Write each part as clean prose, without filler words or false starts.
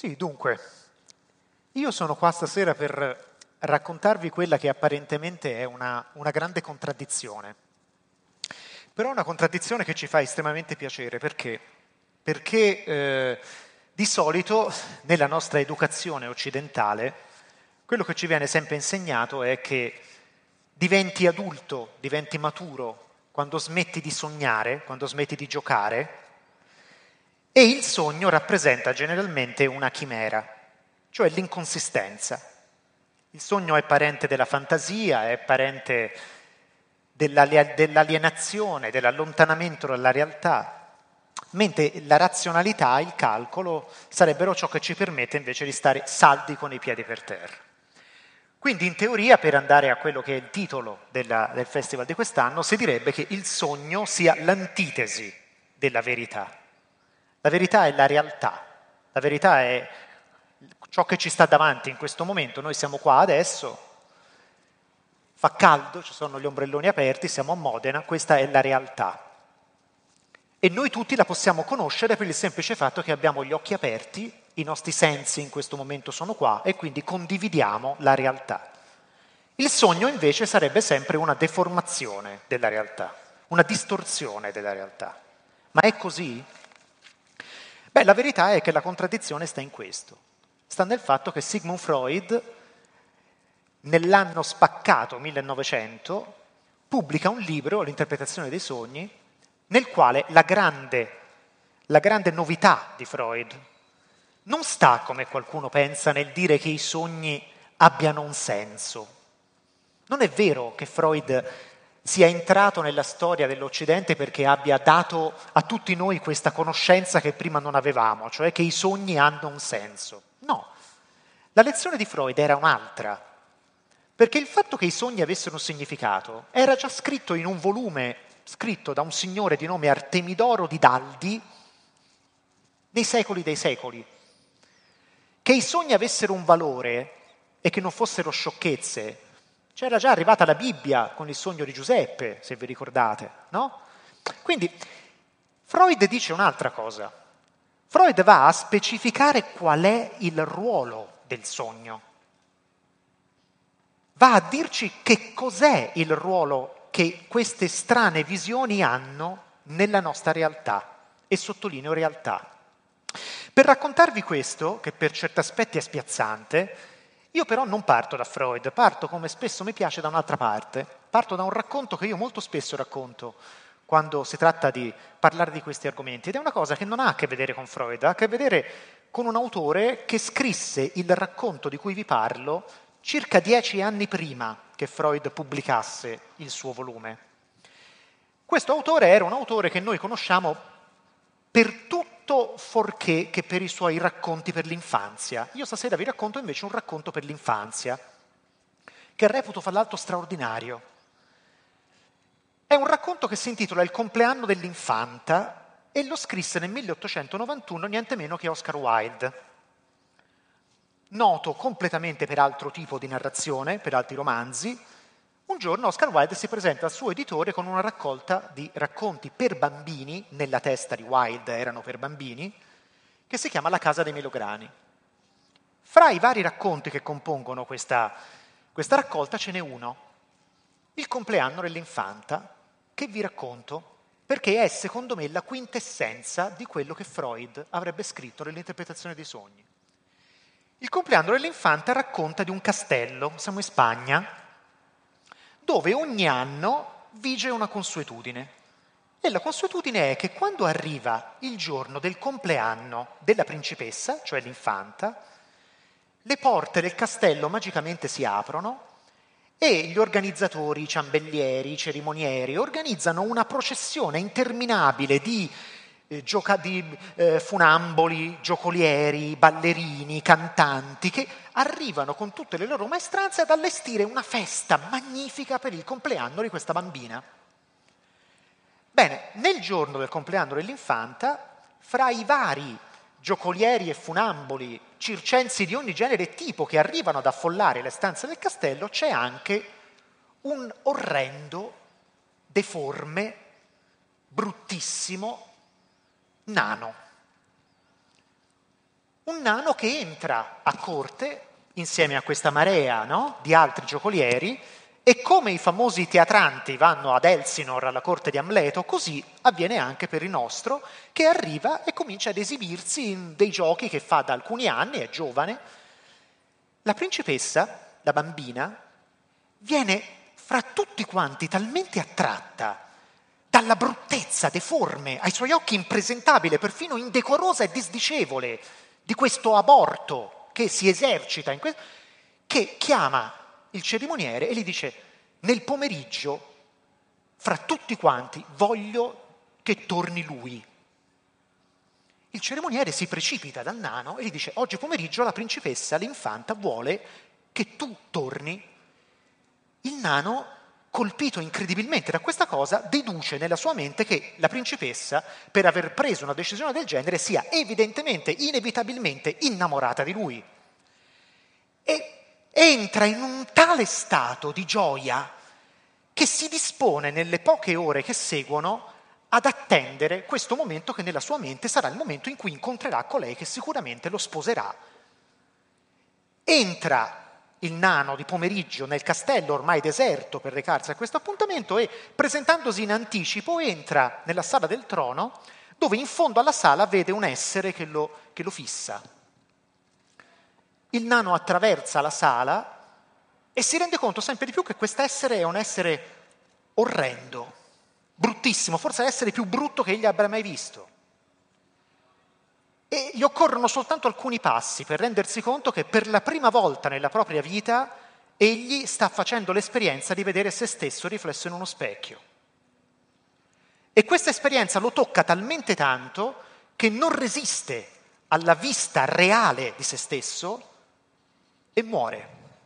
Sì, dunque, io sono qua stasera per raccontarvi quella che apparentemente è una grande contraddizione, però è una contraddizione che ci fa estremamente piacere, perché? Perché di solito nella nostra educazione occidentale quello che ci viene sempre insegnato è che diventi adulto, diventi maturo quando smetti di sognare, quando smetti di giocare, e il sogno rappresenta generalmente una chimera, cioè l'inconsistenza. Il sogno è parente della fantasia, è parente dell'alienazione, dell'allontanamento dalla realtà, mentre la razionalità, il calcolo, sarebbero ciò che ci permette invece di stare saldi con i piedi per terra. Quindi in teoria, per andare a quello che è il titolo del festival di quest'anno, si direbbe che il sogno sia l'antitesi della verità. La verità è la realtà, la verità è ciò che ci sta davanti in questo momento. Noi siamo qua adesso, fa caldo, ci sono gli ombrelloni aperti, siamo a Modena, questa è la realtà. E noi tutti la possiamo conoscere per il semplice fatto che abbiamo gli occhi aperti, i nostri sensi in questo momento sono qua e quindi condividiamo la realtà. Il sogno invece sarebbe sempre una deformazione della realtà, una distorsione della realtà. Ma è così? Beh, la verità è che la contraddizione sta in questo. Sta nel fatto che Sigmund Freud, nell'anno spaccato 1900, pubblica un libro, L'interpretazione dei sogni, nel quale la grande novità di Freud non sta, come qualcuno pensa, nel dire che i sogni abbiano un senso. Non è vero che Freud sia entrato nella storia dell'Occidente perché abbia dato a tutti noi questa conoscenza che prima non avevamo, cioè che i sogni hanno un senso. No, la lezione di Freud era un'altra, perché il fatto che i sogni avessero un significato era già scritto in un volume scritto da un signore di nome Artemidoro di Daldi nei secoli dei secoli. Che i sogni avessero un valore e che non fossero sciocchezze, c'era già arrivata la Bibbia con il sogno di Giuseppe, se vi ricordate, no? Quindi Freud dice un'altra cosa. Freud va a specificare qual è il ruolo del sogno. Va a dirci che cos'è il ruolo che queste strane visioni hanno nella nostra realtà, e sottolineo realtà. Per raccontarvi questo, che per certi aspetti è spiazzante, io però non parto da Freud, parto, come spesso mi piace, da un'altra parte. Parto da un racconto che io molto spesso racconto quando si tratta di parlare di questi argomenti, ed è una cosa che non ha a che vedere con Freud, ha a che vedere con un autore che scrisse il racconto di cui vi parlo circa 10 anni prima che Freud pubblicasse il suo volume. Questo autore era un autore che noi conosciamo per tutto fuorché che per i suoi racconti per l'infanzia. Io stasera vi racconto invece un racconto per l'infanzia, che reputo fra l'altro straordinario. È un racconto che si intitola Il compleanno dell'infanta e lo scrisse nel 1891 niente meno che Oscar Wilde, noto completamente per altro tipo di narrazione, per altri romanzi. Un giorno Oscar Wilde si presenta al suo editore con una raccolta di racconti per bambini, nella testa di Wilde erano per bambini, che si chiama La casa dei melograni. Fra i vari racconti che compongono questa raccolta ce n'è uno, Il compleanno dell'infanta, che vi racconto perché è secondo me la quintessenza di quello che Freud avrebbe scritto nell'interpretazione dei sogni. Il compleanno dell'infanta racconta di un castello, siamo in Spagna, dove ogni anno vige una consuetudine. E la consuetudine è che quando arriva il giorno del compleanno della principessa, cioè l'infanta, le porte del castello magicamente si aprono e gli organizzatori, i ciambellieri, i cerimonieri organizzano una processione interminabile di funamboli, giocolieri, ballerini, cantanti che arrivano con tutte le loro maestranze ad allestire una festa magnifica per il compleanno di questa bambina. Bene, nel giorno del compleanno dell'infanta, fra i vari giocolieri e funamboli, circensi di ogni genere e tipo che arrivano ad affollare le stanze del castello, c'è anche un orrendo, deforme, bruttissimo nano. Un nano che entra a corte insieme a questa marea, no? Di altri giocolieri, e come i famosi teatranti vanno ad Elsinore alla corte di Amleto, così avviene anche per il nostro, che arriva e comincia ad esibirsi in dei giochi che fa da alcuni anni, è giovane. La principessa, la bambina, viene fra tutti quanti talmente attratta dalla bruttezza deforme, ai suoi occhi impresentabile, perfino indecorosa e disdicevole di questo aborto che si esercita che chiama il cerimoniere e gli dice: nel pomeriggio, fra tutti quanti, voglio che torni lui. Il cerimoniere si precipita dal nano e gli dice: oggi pomeriggio la principessa, l'infanta, vuole che tu torni. Il nano, colpito incredibilmente da questa cosa, deduce nella sua mente che la principessa, per aver preso una decisione del genere, sia evidentemente, inevitabilmente innamorata di lui. E entra in un tale stato di gioia che si dispone nelle poche ore che seguono ad attendere questo momento che nella sua mente sarà il momento in cui incontrerà colei che sicuramente lo sposerà. Entra il nano di pomeriggio nel castello ormai deserto per recarsi a questo appuntamento e, presentandosi in anticipo, entra nella sala del trono, dove in fondo alla sala vede un essere che lo fissa. Il nano attraversa la sala e si rende conto sempre di più che quest'essere è un essere orrendo, bruttissimo, forse l'essere più brutto che egli abbia mai visto. E gli occorrono soltanto alcuni passi per rendersi conto che per la prima volta nella propria vita egli sta facendo l'esperienza di vedere se stesso riflesso in uno specchio. E questa esperienza lo tocca talmente tanto che non resiste alla vista reale di se stesso e muore.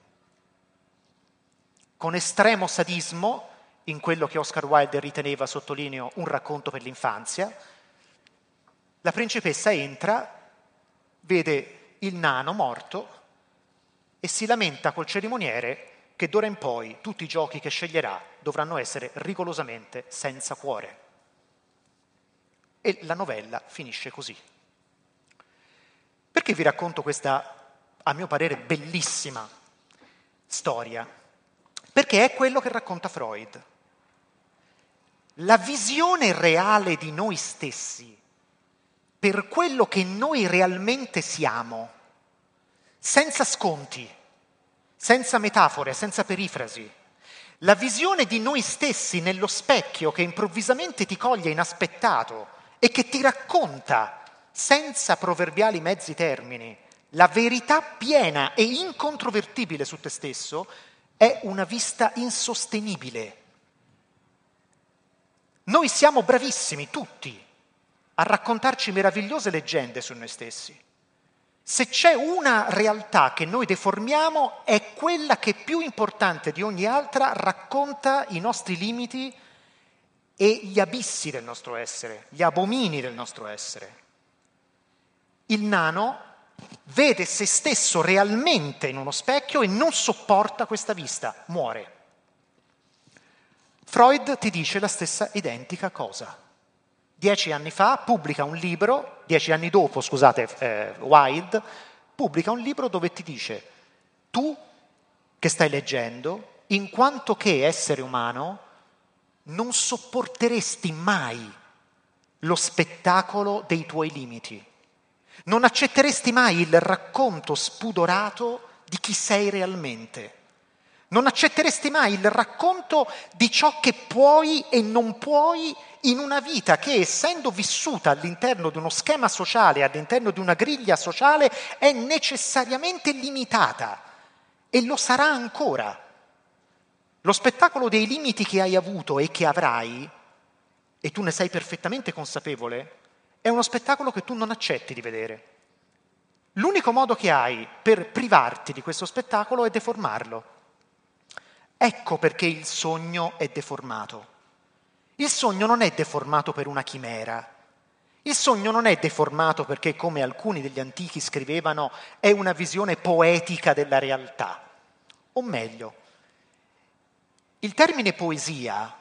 Con estremo sadismo, in quello che Oscar Wilde riteneva, sottolineo, un racconto per l'infanzia, la principessa entra, vede il nano morto e si lamenta col cerimoniere che d'ora in poi tutti i giochi che sceglierà dovranno essere rigorosamente senza cuore. E la novella finisce così. Perché vi racconto questa, a mio parere, bellissima storia? Perché è quello che racconta Freud. La visione reale di noi stessi per quello che noi realmente siamo, senza sconti, senza metafore, senza perifrasi. La visione di noi stessi nello specchio che improvvisamente ti coglie inaspettato e che ti racconta, senza proverbiali mezzi termini, la verità piena e incontrovertibile su te stesso, è una vista insostenibile. Noi siamo bravissimi, tutti, a raccontarci meravigliose leggende su noi stessi. Se c'è una realtà che noi deformiamo, è quella che più importante di ogni altra racconta i nostri limiti e gli abissi del nostro essere, gli abomini del nostro essere. Il nano vede se stesso realmente in uno specchio e non sopporta questa vista, muore. Freud ti dice la stessa identica cosa. 10 anni fa pubblica un libro, 10 anni dopo, Wilde, pubblica un libro dove ti dice: tu che stai leggendo, in quanto che essere umano, non sopporteresti mai lo spettacolo dei tuoi limiti. Non accetteresti mai il racconto spudorato di chi sei realmente. Non accetteresti mai il racconto di ciò che puoi e non puoi in una vita che, essendo vissuta all'interno di uno schema sociale, all'interno di una griglia sociale, è necessariamente limitata e lo sarà ancora. Lo spettacolo dei limiti che hai avuto e che avrai, e tu ne sei perfettamente consapevole, è uno spettacolo che tu non accetti di vedere. L'unico modo che hai per privarti di questo spettacolo è deformarlo. Ecco perché il sogno è deformato. Il sogno non è deformato per una chimera. Il sogno non è deformato perché, come alcuni degli antichi scrivevano, è una visione poetica della realtà. O meglio, il termine poesia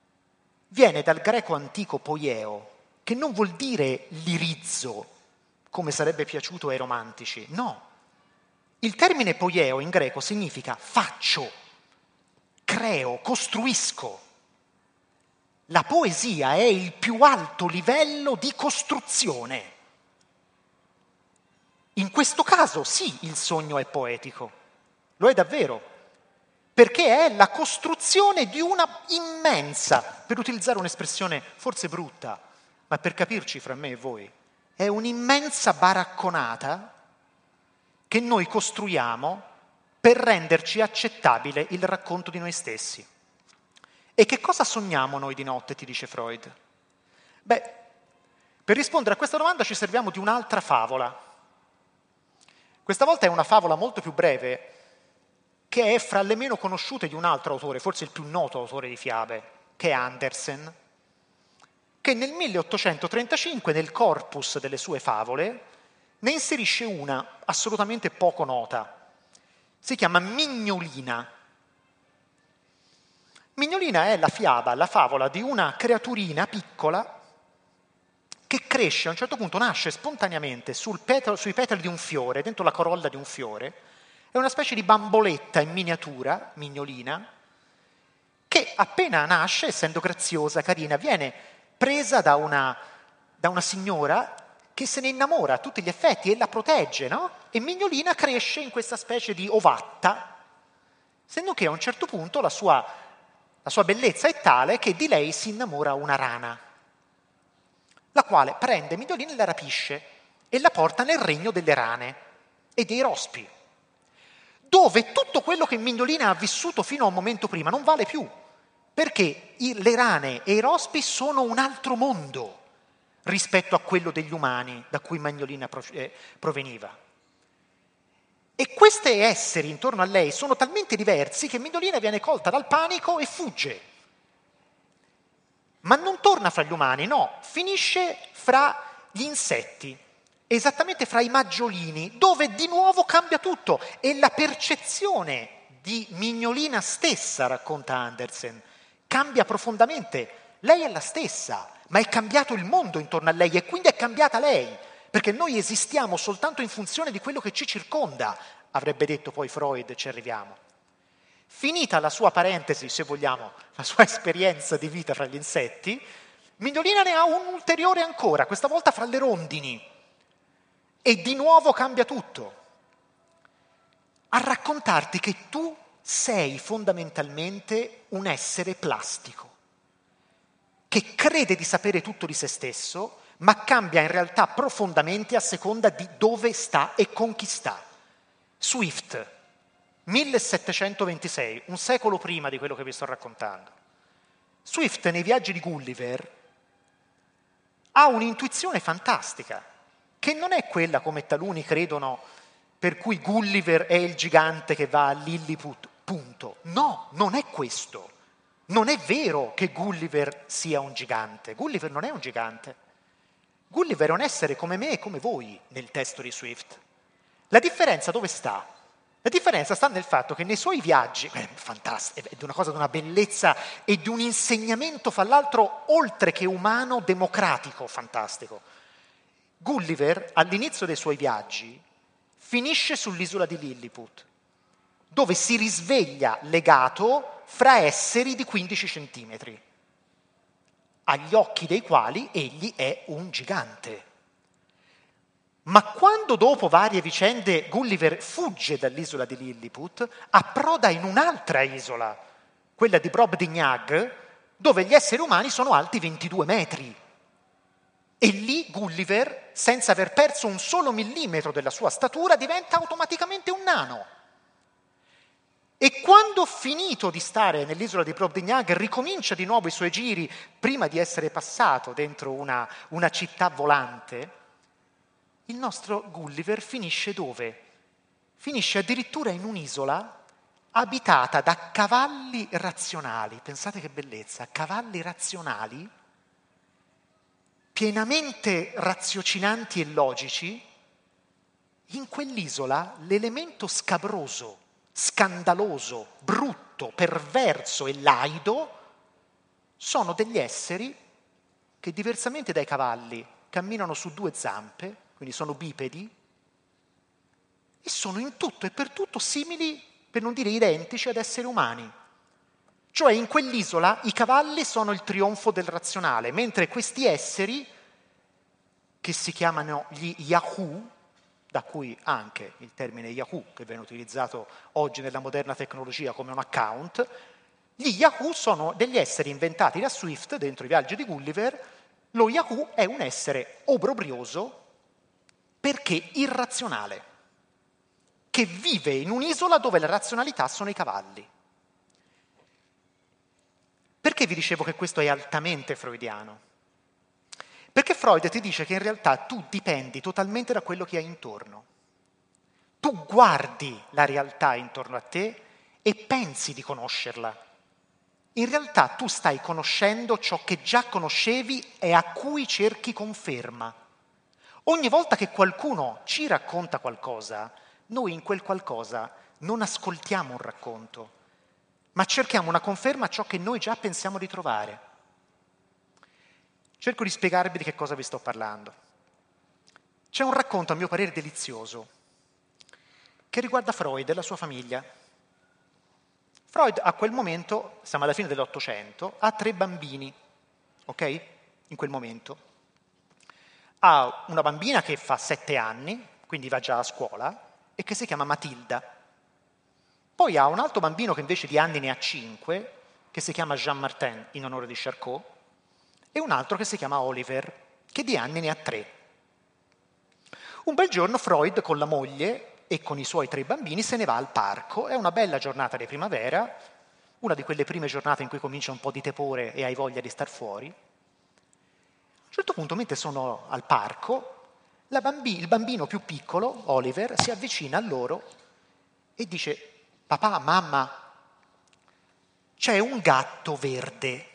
viene dal greco antico poieo, che non vuol dire lirizzo, come sarebbe piaciuto ai romantici. No. Il termine poieo in greco significa faccio, creo, costruisco. La poesia è il più alto livello di costruzione. In questo caso sì, il sogno è poetico, lo è davvero, perché è la costruzione di una immensa, per utilizzare un'espressione forse brutta, ma per capirci fra me e voi, è un'immensa baracconata che noi costruiamo per renderci accettabile il racconto di noi stessi. E che cosa sogniamo noi di notte, ti dice Freud? Beh, per rispondere a questa domanda ci serviamo di un'altra favola. Questa volta è una favola molto più breve, che è fra le meno conosciute di un altro autore, forse il più noto autore di fiabe, che è Andersen, che nel 1835, nel corpus delle sue favole, ne inserisce una assolutamente poco nota. Si chiama Mignolina. Mignolina è la favola di una creaturina piccola che cresce, a un certo punto nasce spontaneamente sui petali di un fiore, dentro la corolla di un fiore. È una specie di bamboletta in miniatura, Mignolina, che appena nasce, essendo graziosa, carina, viene presa da una signora che se ne innamora a tutti gli effetti e la protegge, no? E Mignolina cresce in questa specie di ovatta, essendo che a un certo punto la sua bellezza è tale che di lei si innamora una rana, la quale prende Mignolina e la rapisce e la porta nel regno delle rane e dei rospi, dove tutto quello che Mignolina ha vissuto fino a un momento prima non vale più, perché le rane e i rospi sono un altro mondo rispetto a quello degli umani da cui Mignolina proveniva. E questi esseri intorno a lei sono talmente diversi che Mignolina viene colta dal panico e fugge. Ma non torna fra gli umani, no, finisce fra gli insetti, esattamente fra i maggiolini, dove di nuovo cambia tutto. E la percezione di Mignolina stessa, racconta Andersen, cambia profondamente. Lei è la stessa, ma è cambiato il mondo intorno a lei e quindi è cambiata lei, perché noi esistiamo soltanto in funzione di quello che ci circonda, avrebbe detto poi Freud, ci arriviamo. Finita la sua parentesi, se vogliamo, la sua esperienza di vita fra gli insetti, Mignolina ne ha un ulteriore ancora, questa volta fra le rondini, e di nuovo cambia tutto, a raccontarti che tu sei fondamentalmente un essere plastico, che crede di sapere tutto di se stesso, ma cambia in realtà profondamente a seconda di dove sta e con chi sta. Swift, 1726, un secolo prima di quello che vi sto raccontando. Swift, nei viaggi di Gulliver, ha un'intuizione fantastica, che non è quella, come taluni credono, per cui Gulliver è il gigante che va a Lilliput, punto. No, non è questo. Non è vero che Gulliver sia un gigante. Gulliver non è un gigante. Gulliver è un essere come me e come voi nel testo di Swift. La differenza dove sta? La differenza sta nel fatto che nei suoi viaggi, fantastico, è di una cosa di una bellezza e di un insegnamento, fra l'altro, oltre che umano, democratico, fantastico. Gulliver, all'inizio dei suoi viaggi, finisce sull'isola di Lilliput, dove si risveglia legato fra esseri di 15 centimetri, agli occhi dei quali egli è un gigante. Ma quando dopo varie vicende Gulliver fugge dall'isola di Lilliput, approda in un'altra isola, quella di Brobdingnag, dove gli esseri umani sono alti 22 metri. E lì Gulliver, senza aver perso un solo millimetro della sua statura, diventa automaticamente un nano. E quando, finito di stare nell'isola di Brobdingnag, ricomincia di nuovo i suoi giri prima di essere passato dentro una città volante, il nostro Gulliver finisce dove? Finisce addirittura in un'isola abitata da cavalli razionali. Pensate che bellezza, cavalli razionali, pienamente raziocinanti e logici. In quell'isola l'elemento scabroso, scandaloso, brutto, perverso e laido sono degli esseri che, diversamente dai cavalli, camminano su due zampe, quindi sono bipedi, e sono in tutto e per tutto simili, per non dire identici, ad esseri umani. Cioè in quell'isola i cavalli sono il trionfo del razionale, mentre questi esseri, che si chiamano gli Yahoo, da cui anche il termine Yahoo, che viene utilizzato oggi nella moderna tecnologia come un account, gli Yahoo sono degli esseri inventati da Swift dentro i viaggi di Gulliver. Lo Yahoo è un essere obbrobrioso perché irrazionale, che vive in un'isola dove la razionalità sono i cavalli. Perché vi dicevo che questo è altamente freudiano? Perché Freud ti dice che in realtà tu dipendi totalmente da quello che hai intorno. Tu guardi la realtà intorno a te e pensi di conoscerla. In realtà tu stai conoscendo ciò che già conoscevi e a cui cerchi conferma. Ogni volta che qualcuno ci racconta qualcosa, noi in quel qualcosa non ascoltiamo un racconto, ma cerchiamo una conferma a ciò che noi già pensiamo di trovare. Cerco di spiegarvi di che cosa vi sto parlando. C'è un racconto, a mio parere, delizioso, che riguarda Freud e la sua famiglia. Freud a quel momento, siamo alla fine dell'Ottocento, ha 3 bambini, ok? In quel momento. Ha una bambina che fa 7 anni, quindi va già a scuola, e che si chiama Matilda. Poi ha un altro bambino che invece di anni ne ha 5, che si chiama Jean Martin, in onore di Charcot, e un altro che si chiama Oliver, che di anni ne ha 3. Un bel giorno Freud con la moglie e con i suoi 3 bambini se ne va al parco. È una bella giornata di primavera, una di quelle prime giornate in cui comincia un po' di tepore e hai voglia di star fuori. A un certo punto, mentre sono al parco, il bambino più piccolo, Oliver, si avvicina a loro e dice: papà, mamma, c'è un gatto verde.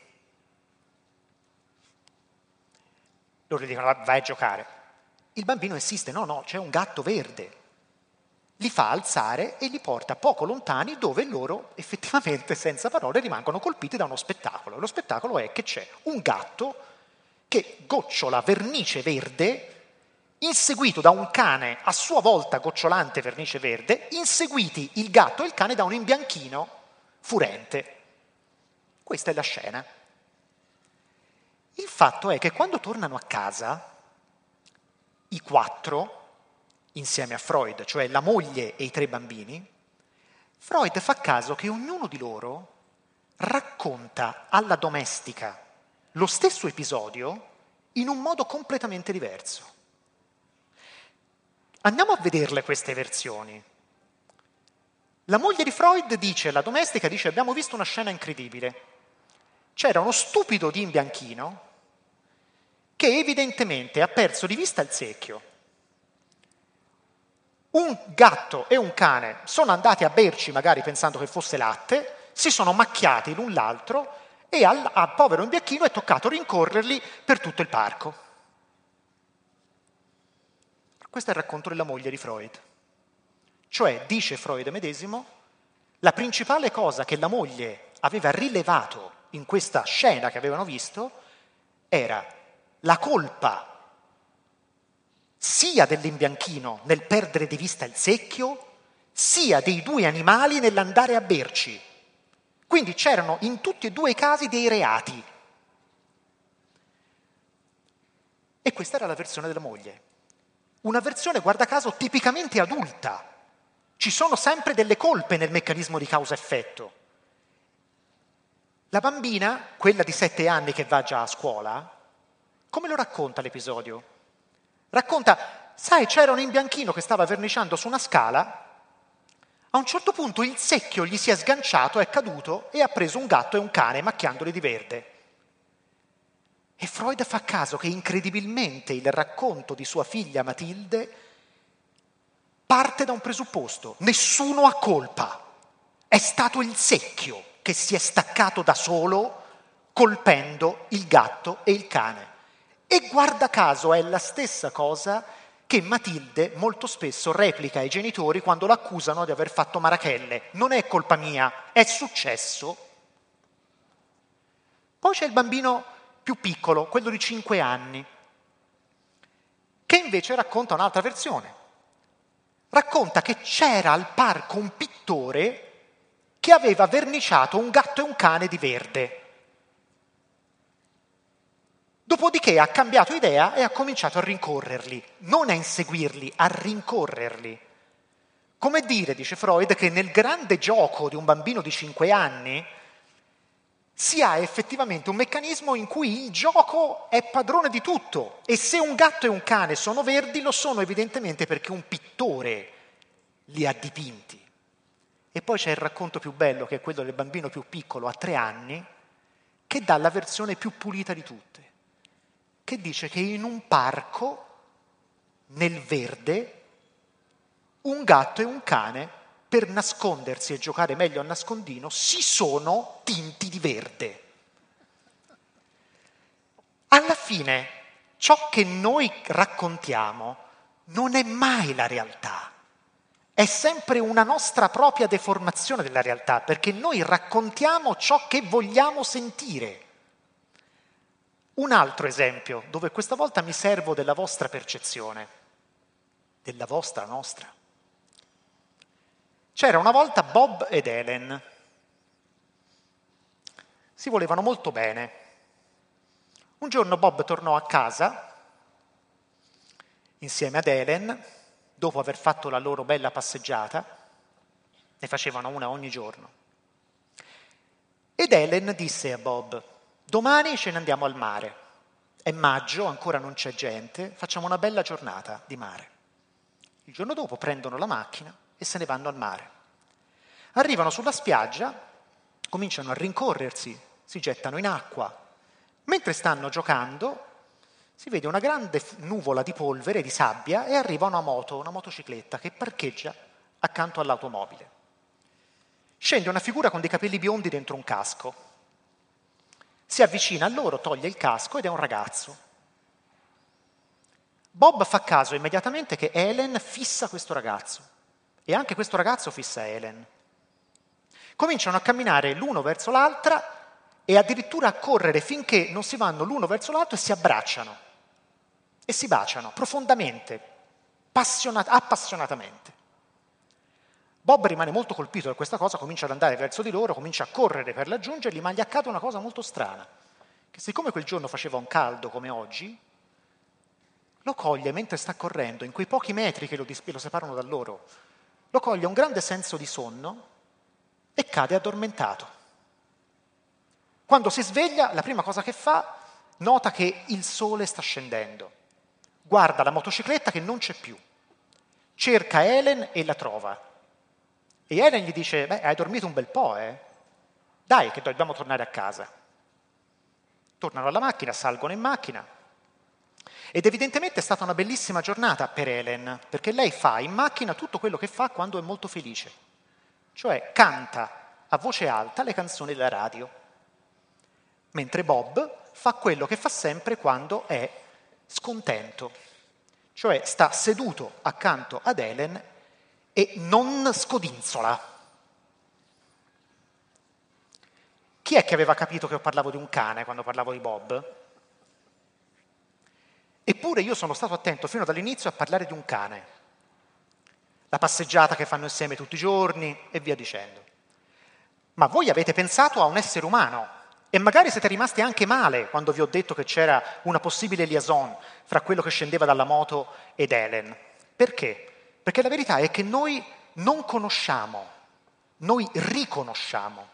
Loro gli dicono: vai a giocare. Il bambino insiste: no, c'è un gatto verde. Li fa alzare e li porta poco lontani, dove loro effettivamente, senza parole, rimangono colpiti da uno spettacolo. Lo spettacolo è che c'è un gatto che gocciola vernice verde, inseguito da un cane a sua volta gocciolante vernice verde, inseguiti il gatto e il cane da un imbianchino furente. Questa è la scena. Il fatto è che quando tornano a casa, i 4, insieme a Freud, cioè la moglie e i 3 bambini, Freud fa caso che ognuno di loro racconta alla domestica lo stesso episodio in un modo completamente diverso. Andiamo a vederle queste versioni. La moglie di Freud dice, la domestica dice: abbiamo visto una scena incredibile. C'era uno stupido di imbianchino che evidentemente ha perso di vista il secchio. Un gatto e un cane sono andati a berci, magari pensando che fosse latte, si sono macchiati l'un l'altro e al povero imbianchino è toccato rincorrerli per tutto il parco. Questo è il racconto della moglie di Freud. Cioè, dice Freud medesimo, la principale cosa che la moglie aveva rilevato in questa scena che avevano visto era la colpa sia dell'imbianchino nel perdere di vista il secchio, sia dei 2 animali nell'andare a berci. Quindi c'erano in tutti e 2 i casi dei reati. E questa era la versione della moglie. Una versione, guarda caso, tipicamente adulta. Ci sono sempre delle colpe nel meccanismo di causa-effetto. La bambina, quella di 7 anni che va già a scuola, come lo racconta l'episodio? Racconta: sai, c'era un imbianchino che stava verniciando su una scala, a un certo punto il secchio gli si è sganciato, è caduto e ha preso un gatto e un cane macchiandoli di verde. E Freud fa caso che incredibilmente il racconto di sua figlia Matilde parte da un presupposto: nessuno ha colpa, è stato il secchio che si è staccato da solo colpendo il gatto e il cane. E guarda caso è la stessa cosa che Matilde molto spesso replica ai genitori quando l'accusano di aver fatto marachelle. Non è colpa mia, è successo. Poi c'è il bambino più piccolo, quello di 5 anni. che invece racconta un'altra versione. Racconta che c'era al parco un pittore che aveva verniciato un gatto e un cane di verde. Dopodiché ha cambiato idea e ha cominciato a rincorrerli, non a inseguirli, a rincorrerli. Come dire, dice Freud, che nel grande gioco di un bambino di 5 anni si ha effettivamente un meccanismo in cui il gioco è padrone di tutto, e se un gatto e un cane sono verdi lo sono evidentemente perché un pittore li ha dipinti. E poi c'è il racconto più bello, che è quello del bambino più piccolo a 3 anni, che dà la versione più pulita di tutte, che dice che in un parco, nel verde, un gatto e un cane, per nascondersi e giocare meglio a nascondino, si sono tinti di verde. Alla fine, ciò che noi raccontiamo non è mai la realtà, è sempre una nostra propria deformazione della realtà, perché noi raccontiamo ciò che vogliamo sentire. Un altro esempio, dove questa volta mi servo della vostra percezione, della vostra, nostra. C'era una volta Bob ed Helen. Si volevano molto bene. Un giorno Bob tornò a casa insieme ad Helen, dopo aver fatto la loro bella passeggiata, ne facevano una ogni giorno. Ed Helen disse a Bob: domani ce ne andiamo al mare. È maggio, ancora non c'è gente, facciamo una bella giornata di mare. Il giorno dopo prendono la macchina e se ne vanno al mare. Arrivano sulla spiaggia, cominciano a rincorrersi, si gettano in acqua. Mentre stanno giocando, si vede una grande nuvola di polvere, di sabbia, e arriva una motocicletta che parcheggia accanto all'automobile. Scende una figura con dei capelli biondi dentro un casco. Si avvicina a loro, toglie il casco ed è un ragazzo. Bob fa caso immediatamente che Helen fissa questo ragazzo e anche questo ragazzo fissa Helen. Cominciano a camminare l'uno verso l'altra e addirittura a correre finché non si vanno l'uno verso l'altro e si abbracciano e si baciano profondamente, appassionatamente. Bob rimane molto colpito da questa cosa, comincia ad andare verso di loro, comincia a correre per raggiungerli, ma gli accade una cosa molto strana, che siccome quel giorno faceva un caldo come oggi, lo coglie mentre sta correndo, in quei pochi metri che lo separano da loro, lo coglie un grande senso di sonno e cade addormentato. Quando si sveglia, la prima cosa che fa, nota che il sole sta scendendo. Guarda la motocicletta che non c'è più. Cerca Helen e la trova. E Helen gli dice: beh, hai dormito un bel po', eh? Dai, che dobbiamo tornare a casa. Tornano alla macchina, salgono in macchina. Ed evidentemente è stata una bellissima giornata per Helen, perché lei fa in macchina tutto quello che fa quando è molto felice. Cioè canta a voce alta le canzoni della radio, mentre Bob fa quello che fa sempre quando è scontento, cioè sta seduto accanto ad Helen e non scodinzola. Chi è che aveva capito che io parlavo di un cane quando parlavo di Bob? Eppure io sono stato attento fino dall'inizio a parlare di un cane. La passeggiata che fanno insieme tutti i giorni e via dicendo. Ma voi avete pensato a un essere umano e magari siete rimasti anche male quando vi ho detto che c'era una possibile liaison fra quello che scendeva dalla moto ed Helen. Perché? Perché la verità è che noi non conosciamo, noi riconosciamo.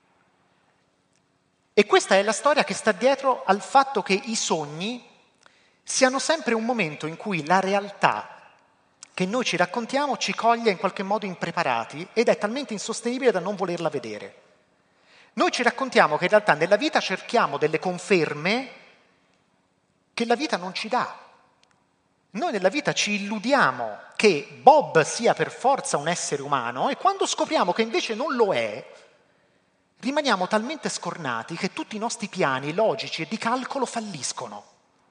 E questa è la storia che sta dietro al fatto che i sogni siano sempre un momento in cui la realtà che noi ci raccontiamo ci coglie in qualche modo impreparati ed è talmente insostenibile da non volerla vedere. Noi ci raccontiamo che in realtà nella vita cerchiamo delle conferme che la vita non ci dà. Noi nella vita ci illudiamo che Bob sia per forza un essere umano e quando scopriamo che invece non lo è, rimaniamo talmente scornati che tutti i nostri piani logici e di calcolo falliscono.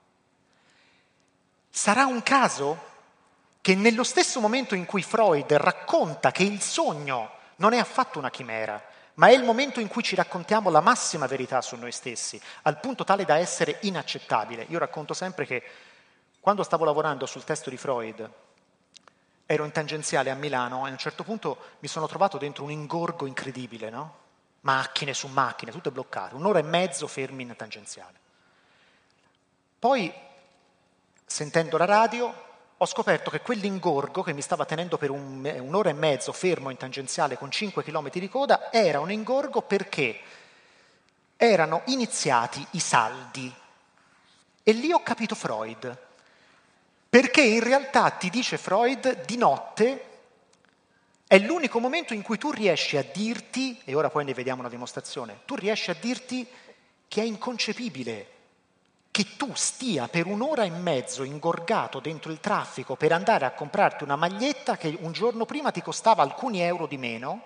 Sarà un caso che nello stesso momento in cui Freud racconta che il sogno non è affatto una chimera, ma è il momento in cui ci raccontiamo la massima verità su noi stessi, al punto tale da essere inaccettabile. Io racconto sempre che Quando stavo lavorando sul testo di Freud, ero in tangenziale a Milano e a un certo punto mi sono trovato dentro un ingorgo incredibile, no? Macchine su macchine, tutte bloccate, 1 ora e mezzo fermi in tangenziale. Poi, sentendo la radio, ho scoperto che quell'ingorgo che mi stava tenendo per 1 ora e mezzo fermo in tangenziale con 5 chilometri di coda era un ingorgo perché erano iniziati i saldi. E lì ho capito Freud. Perché in realtà, ti dice Freud, di notte è l'unico momento in cui tu riesci a dirti, e ora poi ne vediamo una dimostrazione, tu riesci a dirti che è inconcepibile che tu stia per 1 ora e mezzo ingorgato dentro il traffico per andare a comprarti una maglietta che un giorno prima ti costava alcuni euro di meno,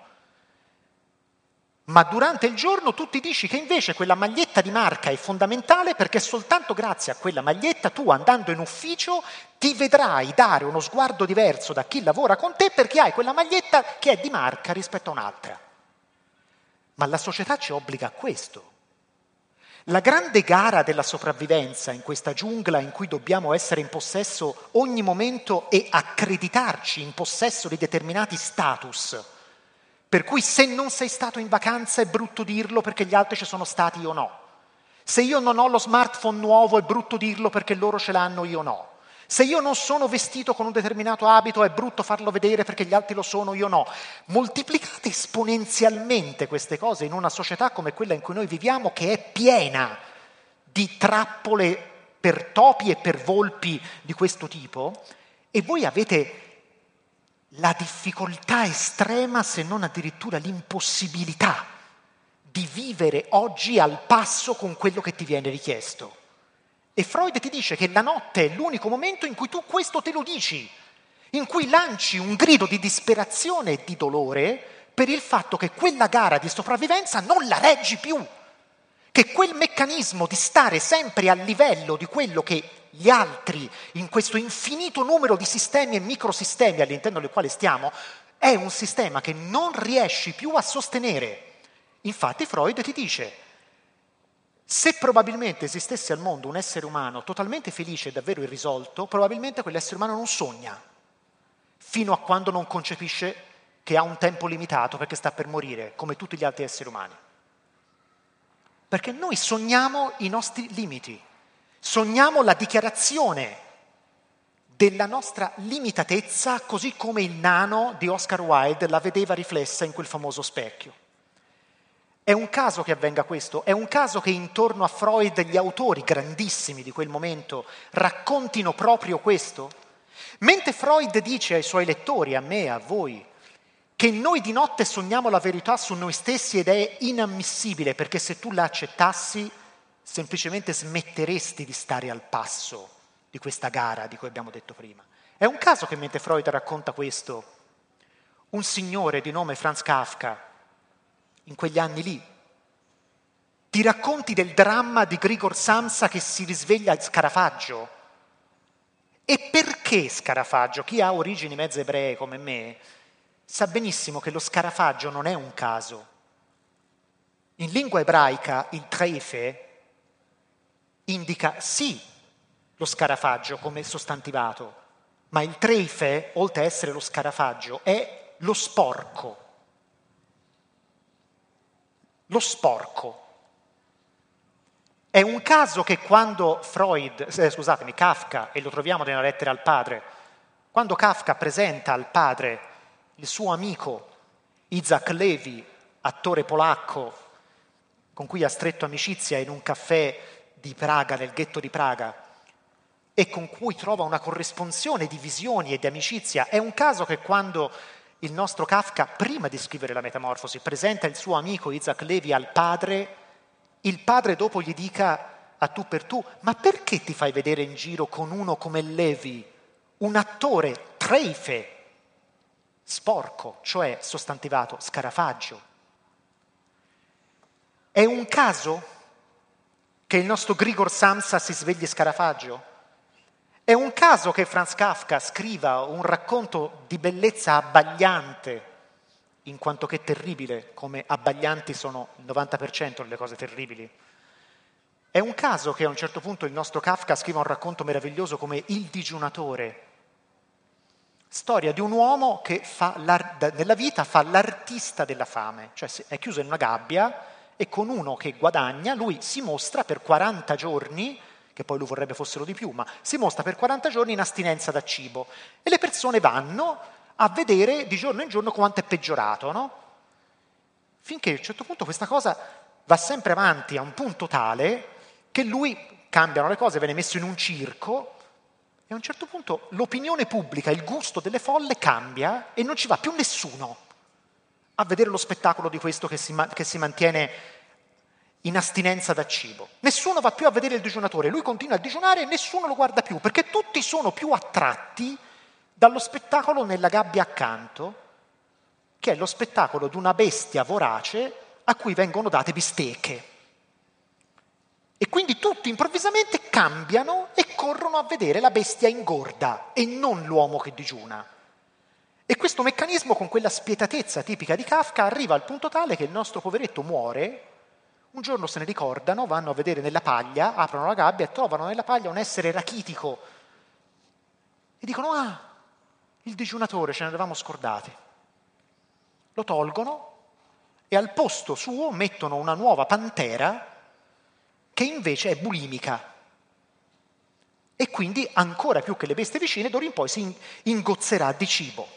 ma durante il giorno tu ti dici che invece quella maglietta di marca è fondamentale perché soltanto grazie a quella maglietta tu andando in ufficio ti vedrai dare uno sguardo diverso da chi lavora con te perché hai quella maglietta che è di marca rispetto a un'altra. Ma la società ci obbliga a questo. La grande gara della sopravvivenza in questa giungla in cui dobbiamo essere in possesso ogni momento e accreditarci in possesso di determinati status, per cui se non sei stato in vacanza è brutto dirlo perché gli altri ci sono stati, io no. Se io non ho lo smartphone nuovo è brutto dirlo perché loro ce l'hanno, io no. Se io non sono vestito con un determinato abito è brutto farlo vedere perché gli altri lo sono, io no. Moltiplicate esponenzialmente queste cose in una società come quella in cui noi viviamo che è piena di trappole per topi e per volpi di questo tipo e voi avete la difficoltà estrema, se non addirittura l'impossibilità di vivere oggi al passo con quello che ti viene richiesto. E Freud ti dice che la notte è l'unico momento in cui tu questo te lo dici, in cui lanci un grido di disperazione e di dolore per il fatto che quella gara di sopravvivenza non la reggi più, che quel meccanismo di stare sempre a livello di quello che gli altri, in questo infinito numero di sistemi e microsistemi all'interno del quale stiamo, è un sistema che non riesci più a sostenere. Infatti Freud ti dice, se probabilmente esistesse al mondo un essere umano totalmente felice e davvero irrisolto, probabilmente quell'essere umano non sogna, fino a quando non concepisce che ha un tempo limitato perché sta per morire, come tutti gli altri esseri umani. Perché noi sogniamo i nostri limiti, sogniamo la dichiarazione della nostra limitatezza, così come il nano di Oscar Wilde la vedeva riflessa in quel famoso specchio. È un caso che avvenga questo? È un caso che intorno a Freud gli autori grandissimi di quel momento raccontino proprio questo? Mentre Freud dice ai suoi lettori, a me, a voi, che noi di notte sogniamo la verità su noi stessi ed è inammissibile perché se tu la accettassi semplicemente smetteresti di stare al passo di questa gara di cui abbiamo detto prima. È un caso che mentre Freud racconta questo, un signore di nome Franz Kafka, in quegli anni lì, ti racconti del dramma di Grigor Samsa che si risveglia a Scarafaggio. E perché Scarafaggio? Chi ha origini mezze ebree come me sa benissimo che lo scarafaggio non è un caso. In lingua ebraica il treife indica sì lo scarafaggio come sostantivato, ma il treife, oltre a essere lo scarafaggio, è lo sporco. Lo sporco. È un caso che quando Kafka, e lo troviamo nella lettera al padre, quando Kafka presenta al padre il suo amico Isaac Levi, attore polacco, con cui ha stretto amicizia in un caffè di Praga, nel ghetto di Praga, e con cui trova una corrispondenza di visioni e di amicizia, è un caso che quando il nostro Kafka, prima di scrivere la Metamorfosi, presenta il suo amico Isaac Levi al padre, il padre dopo gli dica a tu per tu, ma perché ti fai vedere in giro con uno come Levi, un attore treife, sporco, cioè sostantivato, scarafaggio? È un caso che il nostro Grigor Samsa si svegli scarafaggio? È un caso che Franz Kafka scriva un racconto di bellezza abbagliante, in quanto che terribile, come abbaglianti sono il 90% delle cose terribili? È un caso che a un certo punto il nostro Kafka scriva un racconto meraviglioso come Il digiunatore, storia di un uomo che nella vita fa l'artista della fame, cioè è chiuso in una gabbia e con uno che guadagna lui si mostra per 40 giorni, che poi lui vorrebbe fossero di più, ma si mostra per 40 giorni in astinenza da cibo e le persone vanno a vedere di giorno in giorno quanto è peggiorato, no? Finché a un certo punto questa cosa va sempre avanti a un punto tale che lui, cambiano le cose, viene messo in un circo e a un certo punto l'opinione pubblica, il gusto delle folle cambia e non ci va più nessuno a vedere lo spettacolo di questo che si mantiene in astinenza da cibo. Nessuno va più a vedere il digiunatore, lui continua a digiunare e nessuno lo guarda più, perché tutti sono più attratti dallo spettacolo nella gabbia accanto, che è lo spettacolo di una bestia vorace a cui vengono date bistecche. E quindi tutti improvvisamente cambiano e corrono a vedere la bestia ingorda e non l'uomo che digiuna. E questo meccanismo, con quella spietatezza tipica di Kafka, arriva al punto tale che il nostro poveretto muore, un giorno se ne ricordano, vanno a vedere nella paglia, aprono la gabbia e trovano nella paglia un essere rachitico e dicono: ah, il digiunatore, ce ne eravamo scordati. Lo tolgono e al posto suo mettono una nuova pantera che invece è bulimica e quindi ancora più che le bestie vicine d'ora in poi si ingozzerà di cibo.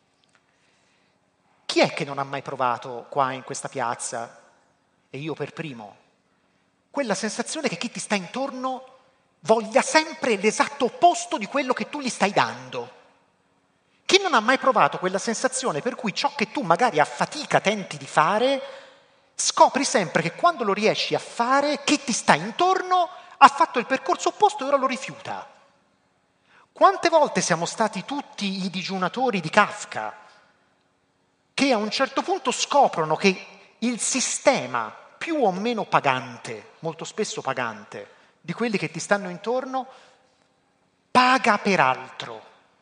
Chi è che non ha mai provato qua in questa piazza, e io per primo, quella sensazione che chi ti sta intorno voglia sempre l'esatto opposto di quello che tu gli stai dando? Chi non ha mai provato quella sensazione per cui ciò che tu magari a fatica tenti di fare, scopri sempre che quando lo riesci a fare, chi ti sta intorno ha fatto il percorso opposto e ora lo rifiuta? Quante volte siamo stati tutti i digiunatori di Kafka che a un certo punto scoprono che il sistema più o meno pagante, molto spesso pagante, di quelli che ti stanno intorno, paga per altro.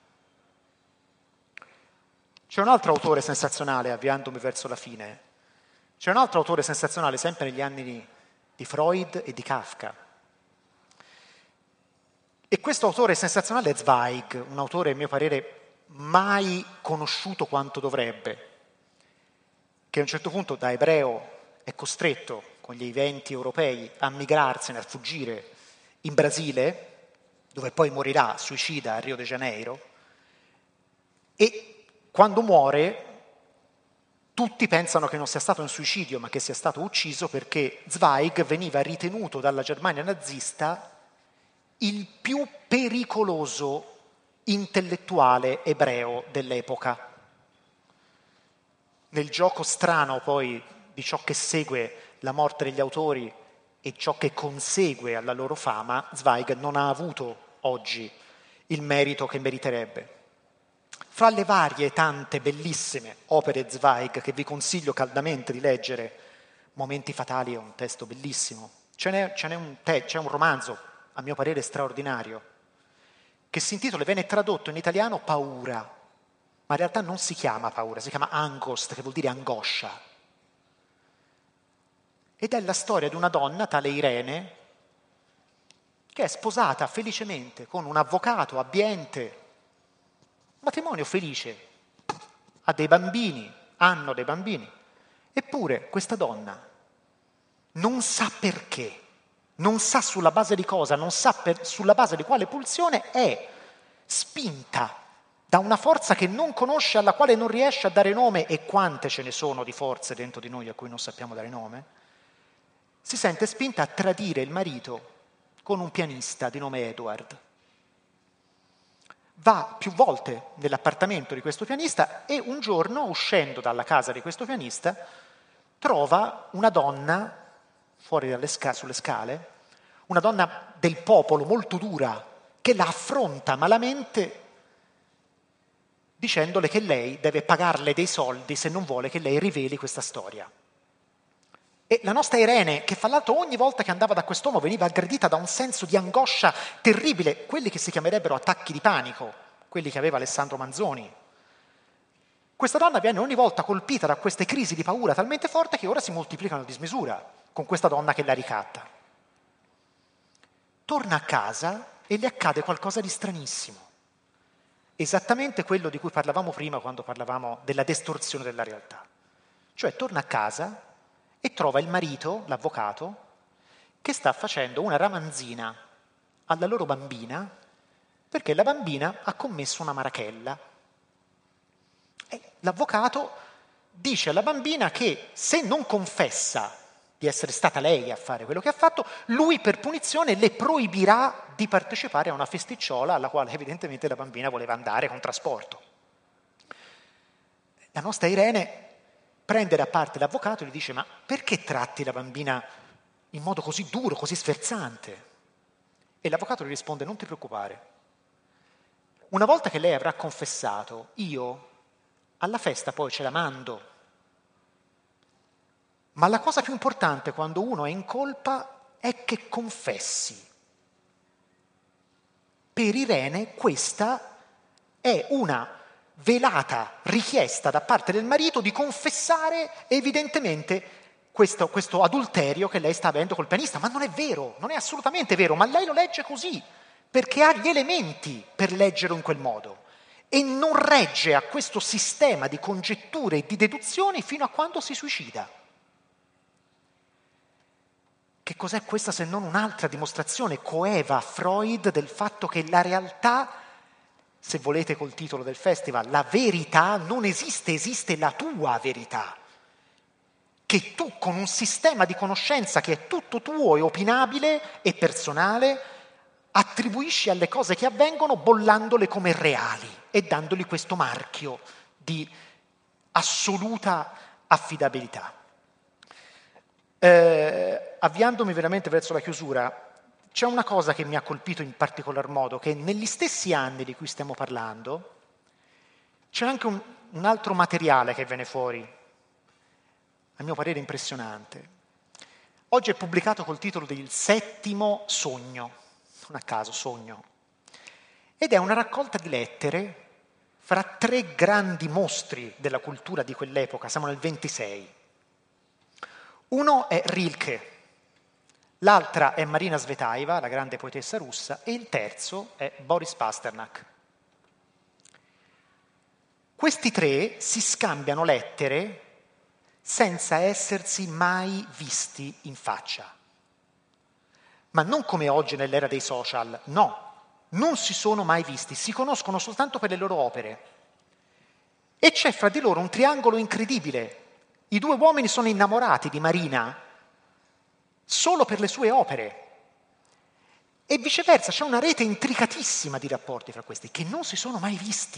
C'è un altro autore sensazionale, avviandomi verso la fine, c'è un altro autore sensazionale sempre negli anni di Freud e di Kafka. E questo autore sensazionale è Zweig, un autore, a mio parere, mai conosciuto quanto dovrebbe, che a un certo punto da ebreo è costretto, con gli eventi europei, a migrarsene, a fuggire in Brasile, dove poi morirà suicida a Rio de Janeiro, e quando muore tutti pensano che non sia stato un suicidio, ma che sia stato ucciso perché Zweig veniva ritenuto dalla Germania nazista il più pericoloso intellettuale ebreo dell'epoca. Nel gioco strano poi di ciò che segue la morte degli autori e ciò che consegue alla loro fama, Zweig non ha avuto oggi il merito che meriterebbe. Fra le varie tante bellissime opere Zweig che vi consiglio caldamente di leggere, Momenti fatali è un testo bellissimo, c'è un romanzo, a mio parere straordinario, che si intitola, viene tradotto in italiano Paura, ma in realtà non si chiama Paura, si chiama Angst, che vuol dire angoscia. Ed è la storia di una donna, tale Irene, che è sposata felicemente con un avvocato abbiente, matrimonio felice, ha dei bambini, hanno dei bambini, eppure questa donna non sa perché, non sa sulla base di cosa, non sa sulla base di quale pulsione è spinta da una forza che non conosce, alla quale non riesce a dare nome, e quante ce ne sono di forze dentro di noi a cui non sappiamo dare nome, si sente spinta a tradire il marito con un pianista di nome Edward. Va più volte nell'appartamento di questo pianista e un giorno, uscendo dalla casa di questo pianista, trova una donna fuori sulle scale, una donna del popolo molto dura che la affronta malamente dicendole che lei deve pagarle dei soldi se non vuole che lei riveli questa storia. E la nostra Irene, che fra l'altro ogni volta che andava da quest'uomo veniva aggredita da un senso di angoscia terribile, quelli che si chiamerebbero attacchi di panico, quelli che aveva Alessandro Manzoni. Questa donna viene ogni volta colpita da queste crisi di paura talmente forte che ora si moltiplicano a dismisura con questa donna che la ricatta. torna a casa e le accade qualcosa di stranissimo. Esattamente quello di cui parlavamo prima quando parlavamo della distorsione della realtà. Cioè torna a casa e trova il marito, l'avvocato, che sta facendo una ramanzina alla loro bambina perché la bambina ha commesso una marachella. E l'avvocato dice alla bambina che se non confessa di essere stata lei a fare quello che ha fatto, lui per punizione le proibirà di partecipare a una festicciola alla quale evidentemente la bambina voleva andare con trasporto. La nostra Irene prende da parte l'avvocato e gli dice: ma perché tratti la bambina in modo così duro, così sferzante? E l'avvocato gli risponde: non ti preoccupare. Una volta che lei avrà confessato, io alla festa poi ce la mando. Ma la cosa più importante quando uno è in colpa è che confessi. Per Irene questa è una velata richiesta da parte del marito di confessare evidentemente questo adulterio che lei sta avendo col pianista. Ma non è vero, non è assolutamente vero, ma lei lo legge così, perché ha gli elementi per leggerlo in quel modo e non regge a questo sistema di congetture e di deduzioni fino a quando si suicida. Che cos'è questa se non un'altra dimostrazione coeva a Freud del fatto che la realtà, se volete col titolo del festival, la verità non esiste, esiste la tua verità. Che tu con un sistema di conoscenza che è tutto tuo e opinabile e personale, attribuisci alle cose che avvengono bollandole come reali e dandogli questo marchio di assoluta affidabilità. Avviandomi veramente verso la chiusura, c'è una cosa che mi ha colpito in particolar modo, che negli stessi anni di cui stiamo parlando c'è anche un altro materiale che viene fuori, a mio parere impressionante. Oggi è pubblicato col titolo del Settimo Sogno, non a caso Sogno, ed è una raccolta di lettere fra tre grandi mostri della cultura di quell'epoca, siamo nel 26. Uno è Rilke, l'altra è Marina Svetaeva, la grande poetessa russa, e il terzo è Boris Pasternak. Questi tre si scambiano lettere senza essersi mai visti in faccia. Ma non come oggi nell'era dei social, no, non si sono mai visti, si conoscono soltanto per le loro opere. E c'è fra di loro un triangolo incredibile. I due uomini sono innamorati di Marina solo per le sue opere e viceversa c'è una rete intricatissima di rapporti fra questi che non si sono mai visti.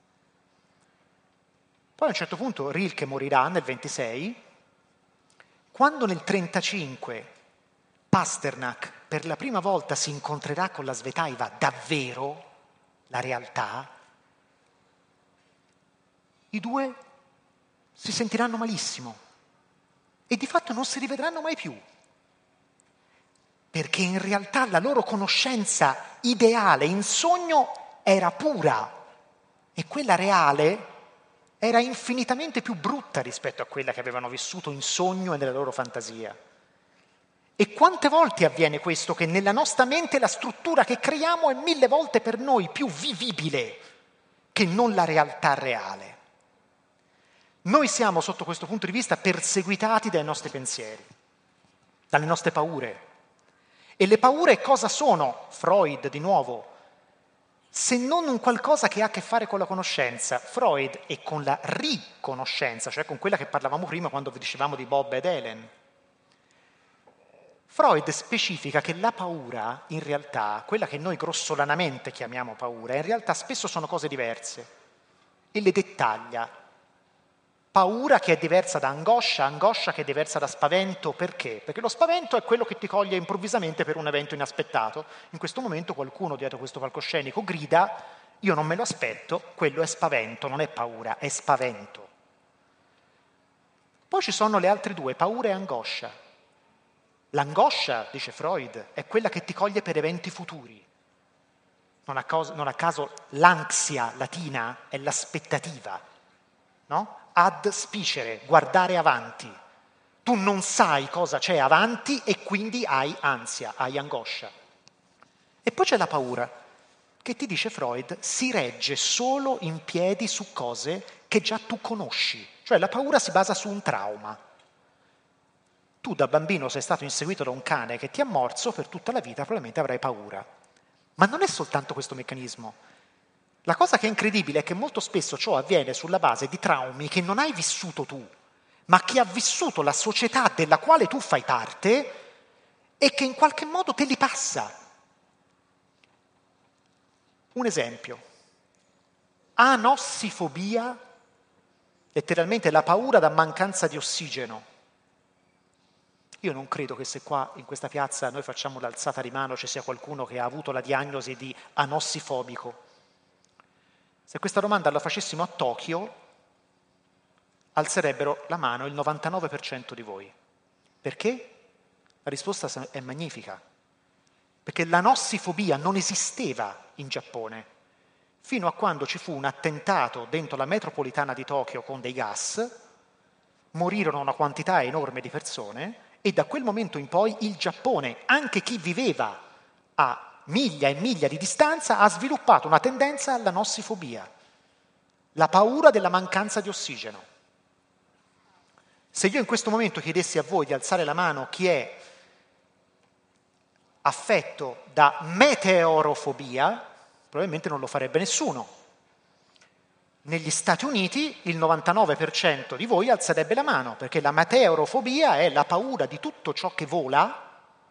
Poi a un certo punto Rilke morirà nel 26, quando nel 35 Pasternak per la prima volta si incontrerà con la Svetaeva davvero, la realtà, i due si sentiranno malissimo e di fatto non si rivedranno mai più, perché in realtà la loro conoscenza ideale in sogno era pura e quella reale era infinitamente più brutta rispetto a quella che avevano vissuto in sogno e nella loro fantasia. E quante volte avviene questo, che nella nostra mente la struttura che creiamo è 1000 volte per noi più vivibile che non la realtà reale. Noi siamo, sotto questo punto di vista, perseguitati dai nostri pensieri, dalle nostre paure. E le paure cosa sono? Freud, di nuovo, se non un qualcosa che ha a che fare con la conoscenza. Freud e con la riconoscenza, cioè con quella che parlavamo prima quando vi dicevamo di Bob ed Helen. Freud specifica che la paura, in realtà, quella che noi grossolanamente chiamiamo paura, in realtà spesso sono cose diverse e le dettaglia. Paura che è diversa da angoscia, angoscia che è diversa da spavento. Perché? Perché lo spavento è quello che ti coglie improvvisamente per un evento inaspettato. In questo momento qualcuno dietro questo palcoscenico grida: io non me lo aspetto, quello è spavento, non è paura, è spavento. Poi ci sono le altre due, paura e angoscia. L'angoscia, dice Freud, è quella che ti coglie per eventi futuri. Non a caso l'ansia latina è l'aspettativa, no? Ad spicere, guardare avanti. Tu non sai cosa c'è avanti e quindi hai ansia, hai angoscia. E poi c'è la paura, che ti dice Freud, si regge solo in piedi su cose che già tu conosci. Cioè la paura si basa su un trauma. Tu da bambino sei stato inseguito da un cane che ti ha morso, per tutta la vita probabilmente avrai paura. Ma non è soltanto questo meccanismo. La cosa che è incredibile è che molto spesso ciò avviene sulla base di traumi che non hai vissuto tu, ma che ha vissuto la società della quale tu fai parte e che in qualche modo te li passa. Un esempio. Anossifobia, letteralmente la paura da mancanza di ossigeno. Io non credo che se qua in questa piazza noi facciamo l'alzata di mano ci sia qualcuno che ha avuto la diagnosi di anossifobico. Se questa domanda la facessimo a Tokyo, alzerebbero la mano il 99% di voi. Perché? La risposta è magnifica. Perché l'anossifobia non esisteva in Giappone, fino a quando ci fu un attentato dentro la metropolitana di Tokyo con dei gas, morirono una quantità enorme di persone e da quel momento in poi il Giappone, anche chi viveva a miglia e miglia di distanza, ha sviluppato una tendenza all'anossifobia, la paura della mancanza di ossigeno. Se io in questo momento chiedessi a voi di alzare la mano chi è affetto da meteorofobia, probabilmente non lo farebbe nessuno. Negli Stati Uniti il 99% di voi alzerebbe la mano, perché la meteorofobia è la paura di tutto ciò che vola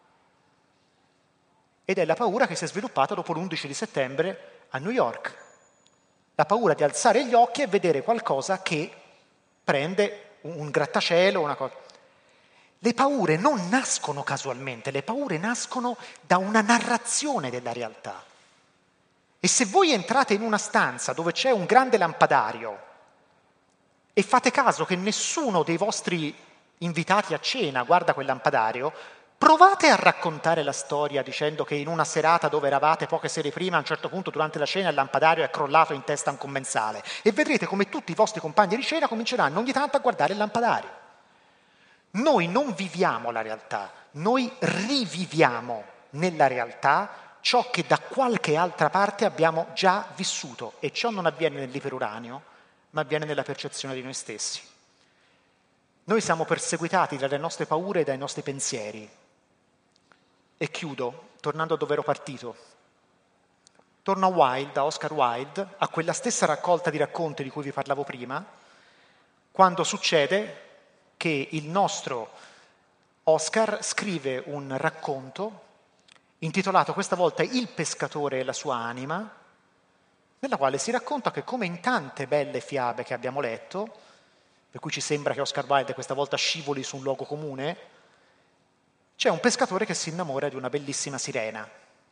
ed è la paura che si è sviluppata dopo l'11 di settembre a New York. La paura di alzare gli occhi e vedere qualcosa che prende un grattacielo, una cosa. Le paure non nascono casualmente, le paure nascono da una narrazione della realtà. E se voi entrate in una stanza dove c'è un grande lampadario e fate caso che nessuno dei vostri invitati a cena guarda quel lampadario, provate a raccontare la storia dicendo che in una serata dove eravate poche sere prima, a un certo punto durante la cena il lampadario è crollato in testa a un commensale e vedrete come tutti i vostri compagni di cena cominceranno ogni tanto a guardare il lampadario. Noi non viviamo la realtà, noi riviviamo nella realtà ciò che da qualche altra parte abbiamo già vissuto e ciò non avviene nell'iperuranio, ma avviene nella percezione di noi stessi. Noi siamo perseguitati dalle nostre paure e dai nostri pensieri. E chiudo, tornando a dove ero partito. Torno a Wilde, a Oscar Wilde, a quella stessa raccolta di racconti di cui vi parlavo prima, quando succede che il nostro Oscar scrive un racconto intitolato questa volta Il pescatore e la sua anima, nella quale si racconta che come in tante belle fiabe che abbiamo letto, per cui ci sembra che Oscar Wilde questa volta scivoli su un luogo comune, c'è un pescatore che si innamora di una bellissima sirena.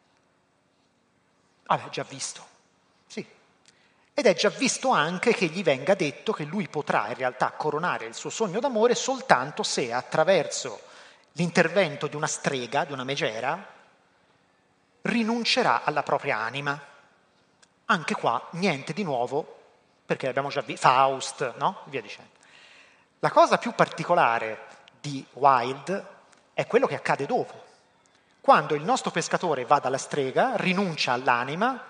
Già visto. Sì. Ed è già visto anche che gli venga detto che lui potrà in realtà coronare il suo sogno d'amore soltanto se attraverso l'intervento di una strega, di una megera, rinuncerà alla propria anima. Anche qua niente di nuovo, perché abbiamo già visto Faust, no? Via dicendo. La cosa più particolare di Wilde è quello che accade dopo. Quando il nostro pescatore va dalla strega, rinuncia all'anima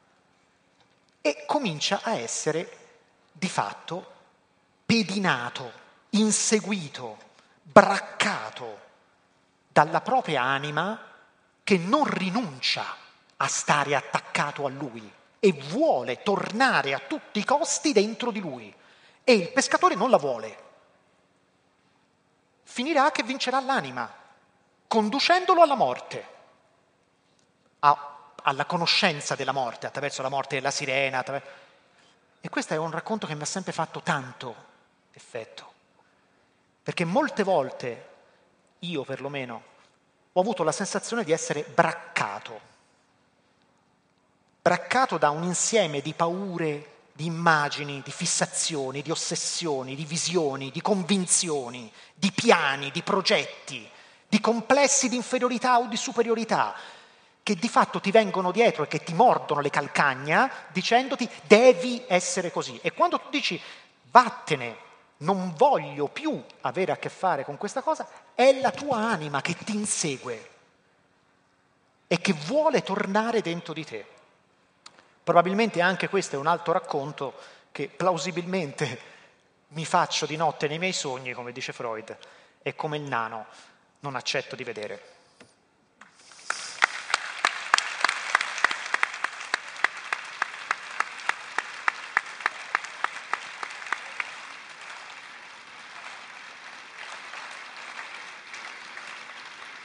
e comincia a essere di fatto pedinato, inseguito, braccato dalla propria anima che non rinuncia a stare attaccato a lui e vuole tornare a tutti i costi dentro di lui. E il pescatore non la vuole. Finirà che vincerà l'anima, conducendolo alla morte, alla conoscenza della morte, attraverso la morte della sirena. E questo è un racconto che mi ha sempre fatto tanto effetto, perché molte volte, io perlomeno, ho avuto la sensazione di essere braccato da un insieme di paure, di immagini, di fissazioni, di ossessioni, di visioni, di convinzioni, di piani, di progetti, di complessi di inferiorità o di superiorità, che di fatto ti vengono dietro e che ti mordono le calcagna dicendoti devi essere così. E quando tu dici vattene, non voglio più avere a che fare con questa cosa, è la tua anima che ti insegue. e che vuole tornare dentro di te. Probabilmente anche questo è un altro racconto che plausibilmente mi faccio di notte nei miei sogni, come dice Freud, e come il nano non accetto di vedere.